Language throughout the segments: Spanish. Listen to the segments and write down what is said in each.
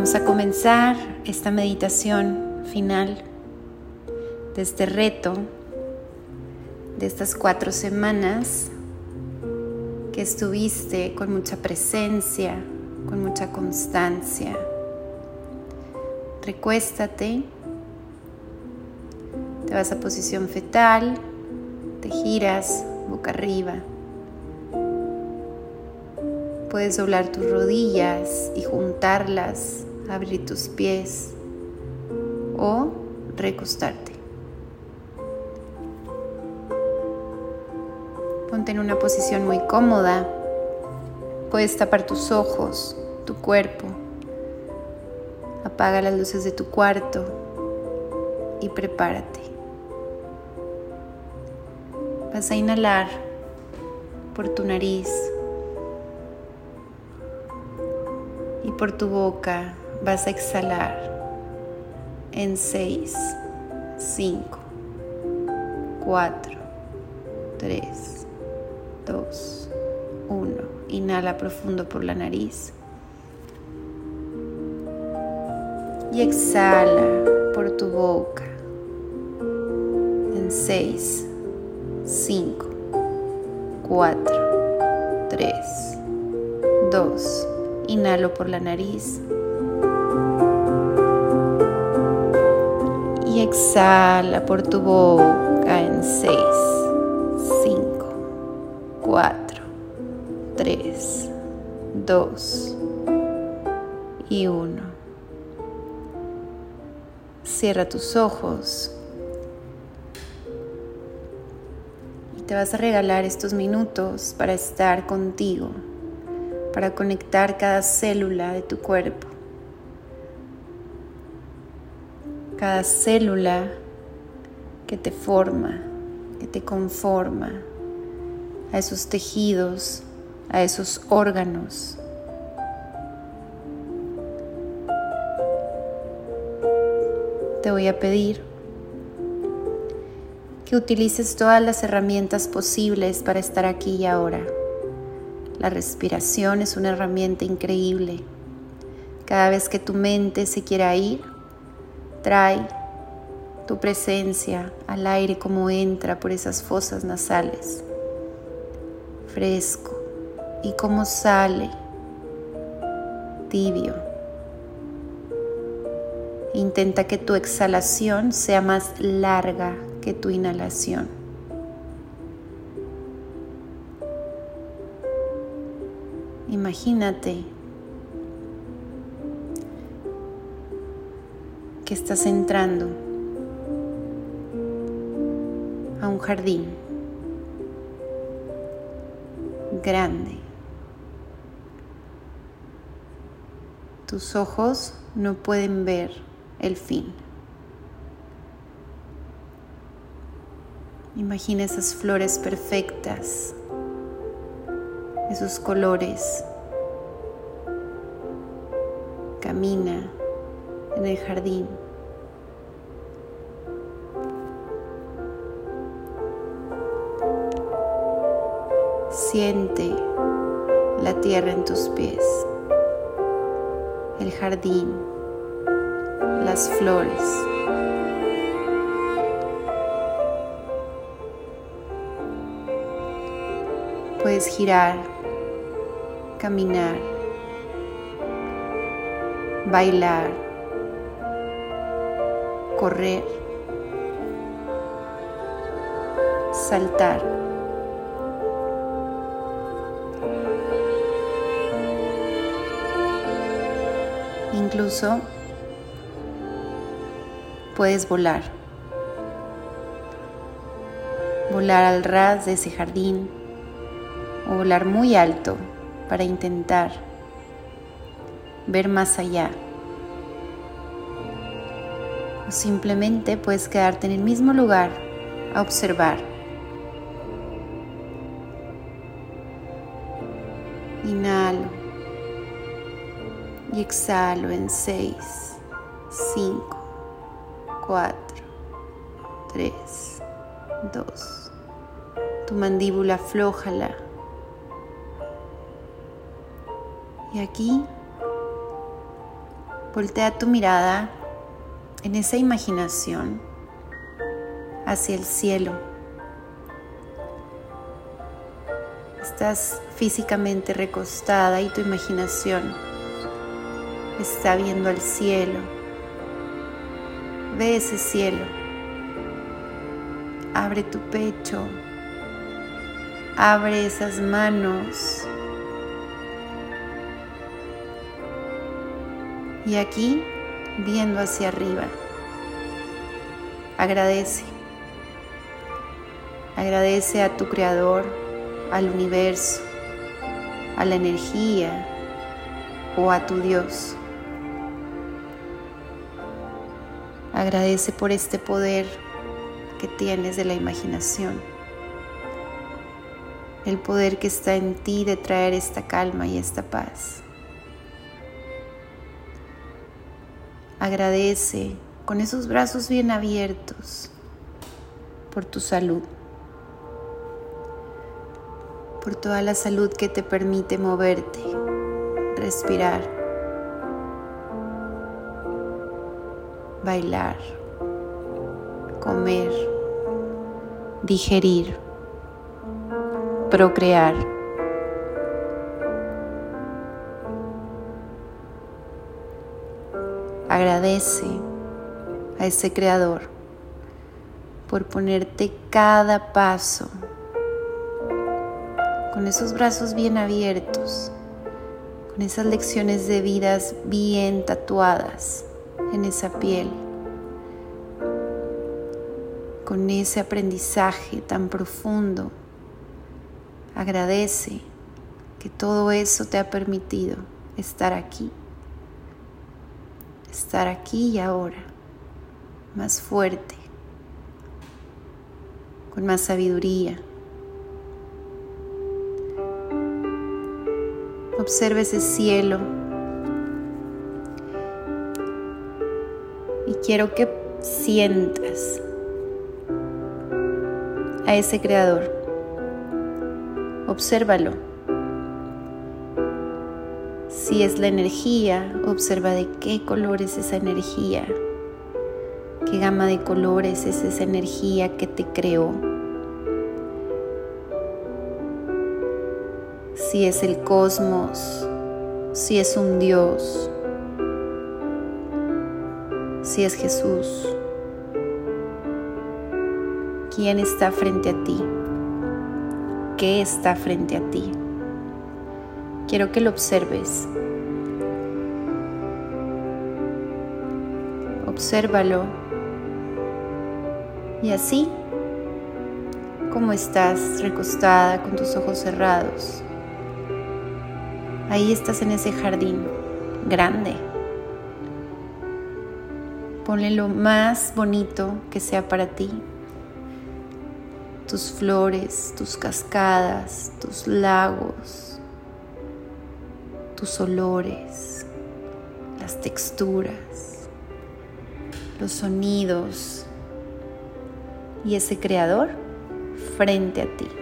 Vamos a comenzar esta meditación final de este reto, de estas 4 semanas que estuviste con mucha presencia, con mucha constancia. Recuéstate, te vas a posición fetal, te giras boca arriba. Puedes doblar tus rodillas y juntarlas, abrir tus pies o recostarte. Ponte en una posición muy cómoda. Puedes tapar tus ojos, tu cuerpo. Apaga las luces de tu cuarto y prepárate. Vas a inhalar por tu nariz y por tu boca vas a exhalar en 6, 5, 4, 3, 2, 1. Inhala profundo por la nariz y exhala por tu boca en 6, 5, 4, 3, 2. Inhalo por la nariz y exhala por tu boca en 6, 5, 4, 3, 2 y 1. Cierra tus ojos y te vas a regalar estos minutos para estar contigo, para conectar cada célula de tu cuerpo, cada célula que te forma, que te conforma, a esos tejidos, a esos órganos. Te voy a pedir que utilices todas las herramientas posibles para estar aquí y ahora. La respiración es una herramienta increíble. Cada vez que tu mente se quiera ir, trae tu presencia al aire como entra por esas fosas nasales, fresco, y como sale, tibio. Intenta que tu exhalación sea más larga que tu inhalación. Imagínate que estás entrando a un jardín grande. Tus ojos no pueden ver el fin. Imagina esas flores perfectas, esos colores. Camina en el jardín. Siente la tierra en tus pies, el jardín, las flores. Puedes girar, caminar, bailar, correr, saltar. Incluso puedes volar al ras de ese jardín o volar muy alto para intentar ver más allá. O simplemente puedes quedarte en el mismo lugar a observar. Inhalo y exhalo en 6, 5, 4, 3, 2. Tu mandíbula aflójala. Y aquí Voltea tu mirada en esa imaginación hacia el cielo. Estás físicamente recostada y tu imaginación está viendo al cielo. Ve ese cielo. Abre tu pecho. Abre esas manos. Y aquí, viendo hacia arriba, agradece. Agradece a tu Creador, al universo, a la energía o a tu Dios. Agradece por este poder que tienes de la imaginación, el poder que está en ti de traer esta calma y esta paz. Agradece con esos brazos bien abiertos por tu salud, por toda la salud que te permite moverte, respirar, bailar, comer, digerir, procrear. Agradece a ese Creador por ponerte cada paso con esos brazos bien abiertos, con esas lecciones de vidas bien tatuadas en esa piel, con ese aprendizaje tan profundo. Agradece que todo eso te ha permitido estar aquí y ahora, más fuerte, con más sabiduría. Observa ese cielo y quiero que sientas a ese Creador. Obsérvalo. Si es la energía, observa de qué color es esa energía, qué gama de colores es esa energía que te creó. Si es el cosmos, si es un Dios, si es Jesús. ¿Quién está frente a ti? ¿Qué está frente a ti? Quiero que lo observes. Obsérvalo. Y así, como estás recostada con tus ojos cerrados, ahí estás en ese jardín grande. Ponle lo más bonito que sea para ti. Tus flores, tus cascadas, tus lagos, tus olores, las texturas, los sonidos y ese Creador frente a ti.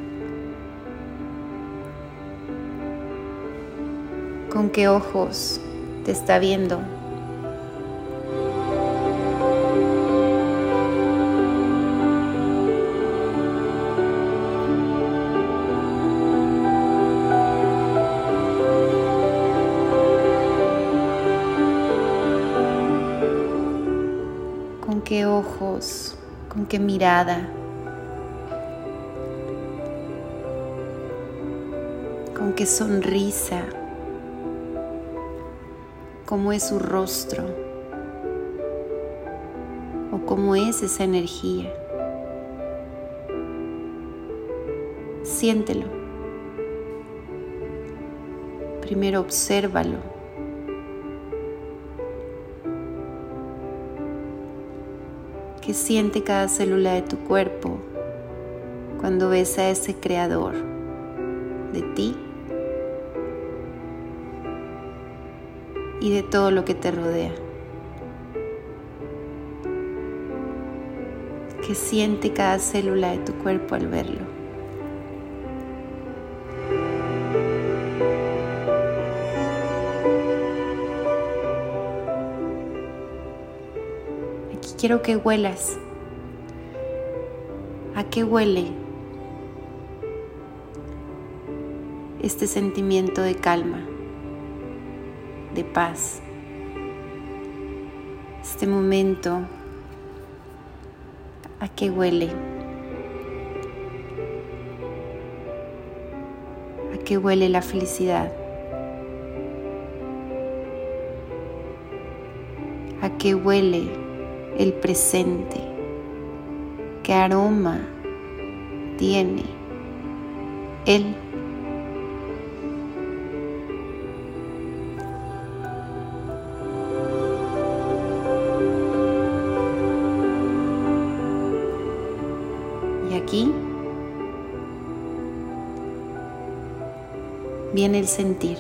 ¿Con qué ojos te está viendo? ¿Con qué ojos? ¿Con qué mirada? ¿Con qué sonrisa? ¿Cómo es su rostro? ¿O cómo es esa energía? Siéntelo. Primero obsérvalo. ¿Qué siente cada célula de tu cuerpo cuando ves a ese Creador de ti y de todo lo que te rodea? ¿Qué siente cada célula de tu cuerpo al verlo? quiero que huelas. ¿A qué huele este sentimiento de calma, de paz? Este momento, ¿a qué huele? ¿A qué huele la felicidad? ¿A qué huele el presente? ¿Qué aroma tiene él? Y aquí viene el sentir.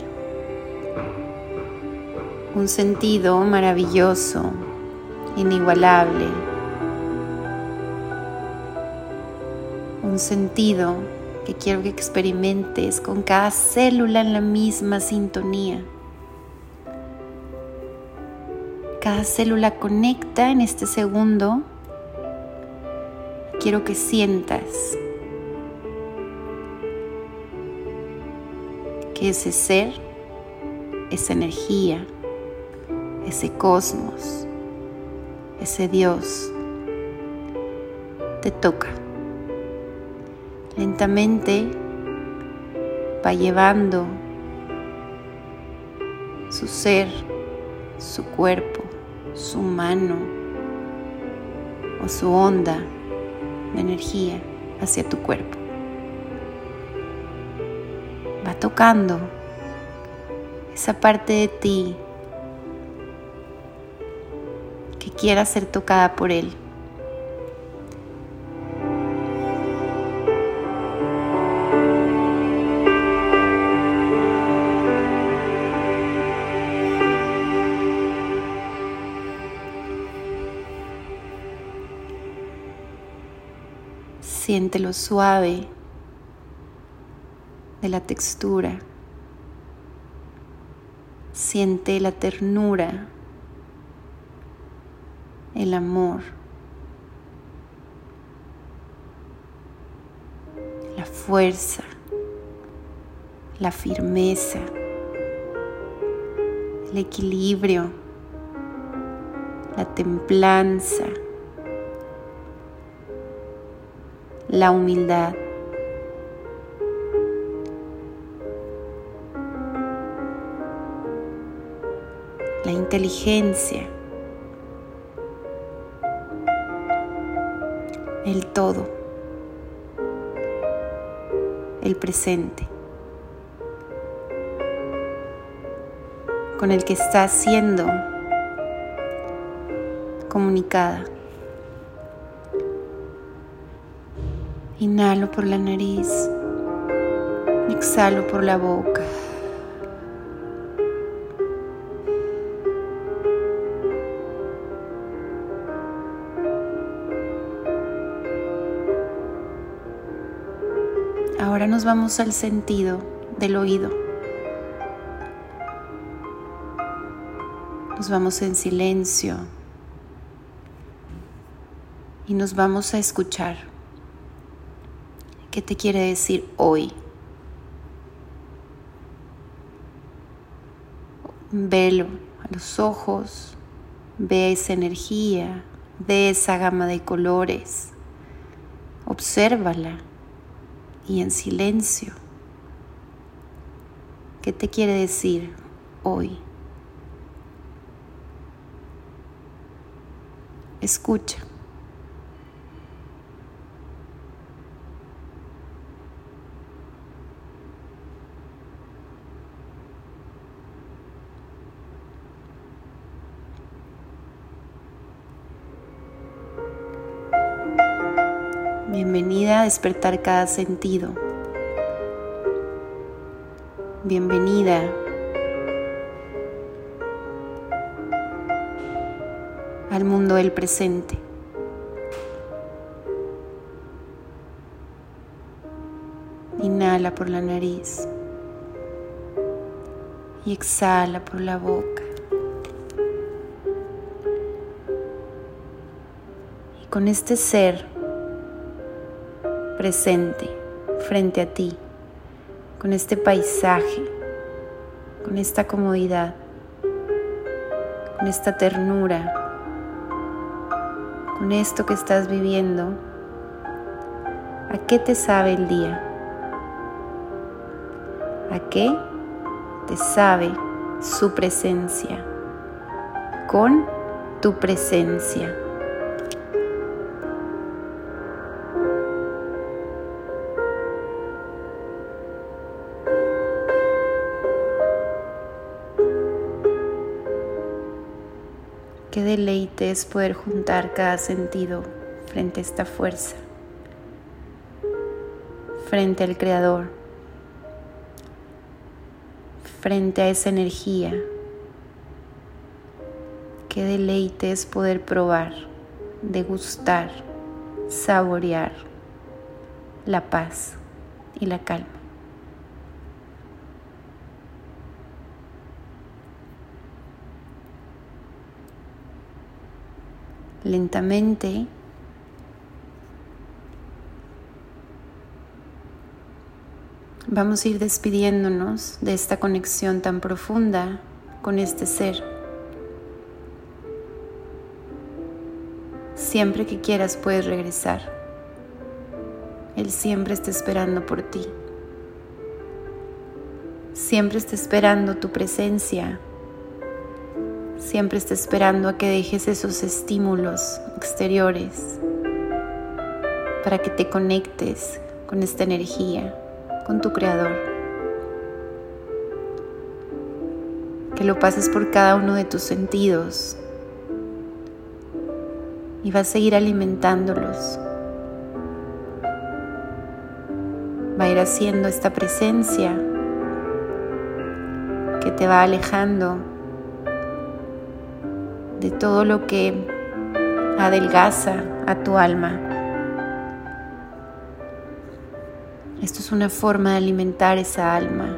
Un sentido maravilloso, inigualable. Un sentido que quiero que experimentes con cada célula en la misma sintonía. Cada célula conecta en este segundo. Quiero que sientas que ese ser, esa energía, ese cosmos, ese Dios, te toca. Lentamente va llevando su ser, su cuerpo, su mano o su onda de energía hacia tu cuerpo. Va tocando esa parte de ti que quiera ser tocada por él. Siente lo suave de la textura. Siente la ternura, el amor, la fuerza, la firmeza, el equilibrio, la templanza, la humildad. La inteligencia, el todo, el presente, con el que está siendo comunicada. Inhalo por la nariz, exhalo por la boca. Ahora nos vamos al sentido del oído. Nos vamos en silencio y nos vamos a escuchar. ¿Qué te quiere decir hoy? Velo a los ojos, ve esa energía, ve esa gama de colores, obsérvala y en silencio. ¿Qué te quiere decir hoy? Escucha. Bienvenida a despertar cada sentido. Bienvenida al mundo del presente. Inhala por la nariz y exhala por la boca. con este ser presente frente a ti, con este paisaje, con esta comodidad, con esta ternura, con esto que estás viviendo, ¿a qué te sabe el día? ¿A qué te sabe su presencia? Con tu presencia. Qué deleite es poder juntar cada sentido frente a esta fuerza, frente al Creador, frente a esa energía. Qué deleite es poder probar, degustar, saborear la paz y la calma. Lentamente vamos a ir despidiéndonos de esta conexión tan profunda con este ser. Siempre que quieras puedes regresar. Él siempre está esperando por ti. Siempre está esperando tu presencia. Siempre está esperando a que dejes esos estímulos exteriores para que te conectes con esta energía, con tu Creador. Que lo pases por cada uno de tus sentidos y vas a seguir alimentándolos. Va a ir haciendo esta presencia que te va alejando de todo lo que adelgaza a tu alma. Esto es una forma de alimentar esa alma.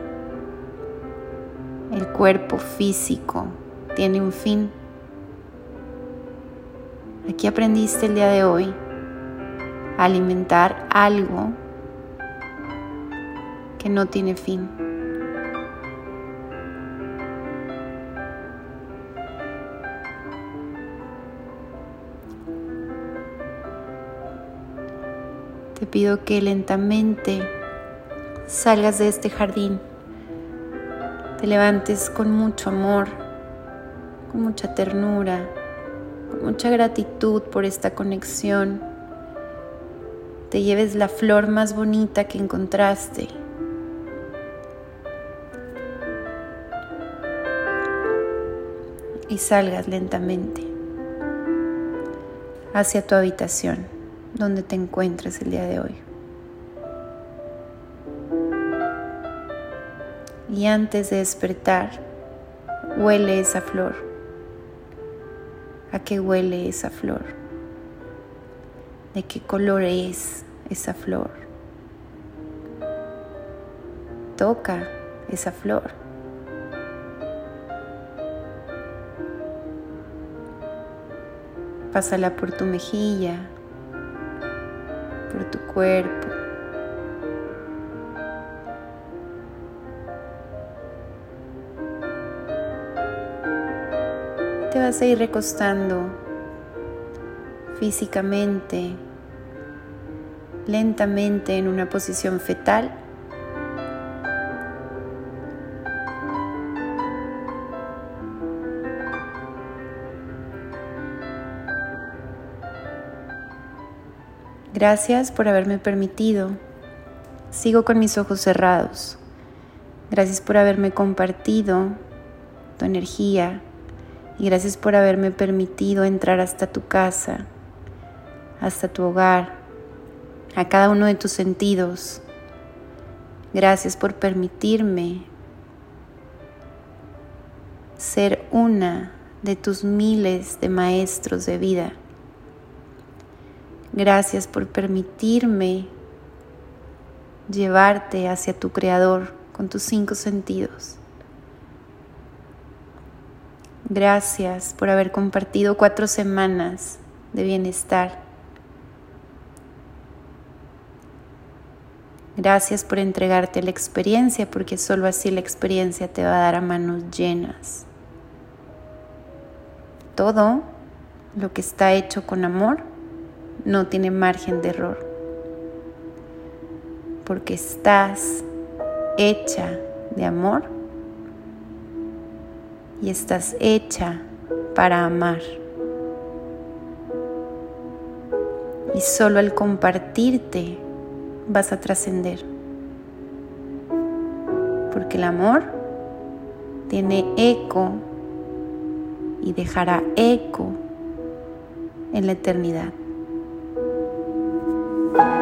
El cuerpo físico tiene un fin. Aquí aprendiste el día de hoy a alimentar algo que no tiene fin. Te pido que lentamente salgas de este jardín, te levantes con mucho amor, con mucha ternura, con mucha gratitud por esta conexión. Te lleves la flor más bonita que encontraste. Y salgas lentamente hacia tu habitación, donde te encuentres el día de hoy. Y antes de despertar, huele esa flor. ¿A qué huele esa flor? ¿De qué color es esa flor? Toca esa flor. Pásala por tu mejilla, por tu cuerpo. Te vas a ir recostando físicamente, lentamente en una posición fetal. Gracias por haberme permitido. Sigo con mis ojos cerrados. Gracias por haberme compartido tu energía y gracias por haberme permitido entrar hasta tu casa, hasta tu hogar, a cada uno de tus sentidos. Gracias por permitirme ser una de tus miles de maestros de vida. Gracias por permitirme llevarte hacia tu Creador con tus 5 sentidos. Gracias por haber compartido 4 semanas de bienestar Gracias por entregarte a la experiencia, porque solo así la experiencia te va a dar a manos llenas. Todo lo que está hecho con amor no tiene margen de error, porque estás hecha de amor y estás hecha para amar. Y solo al compartirte vas a trascender, porque el amor tiene eco y dejará eco en la eternidad.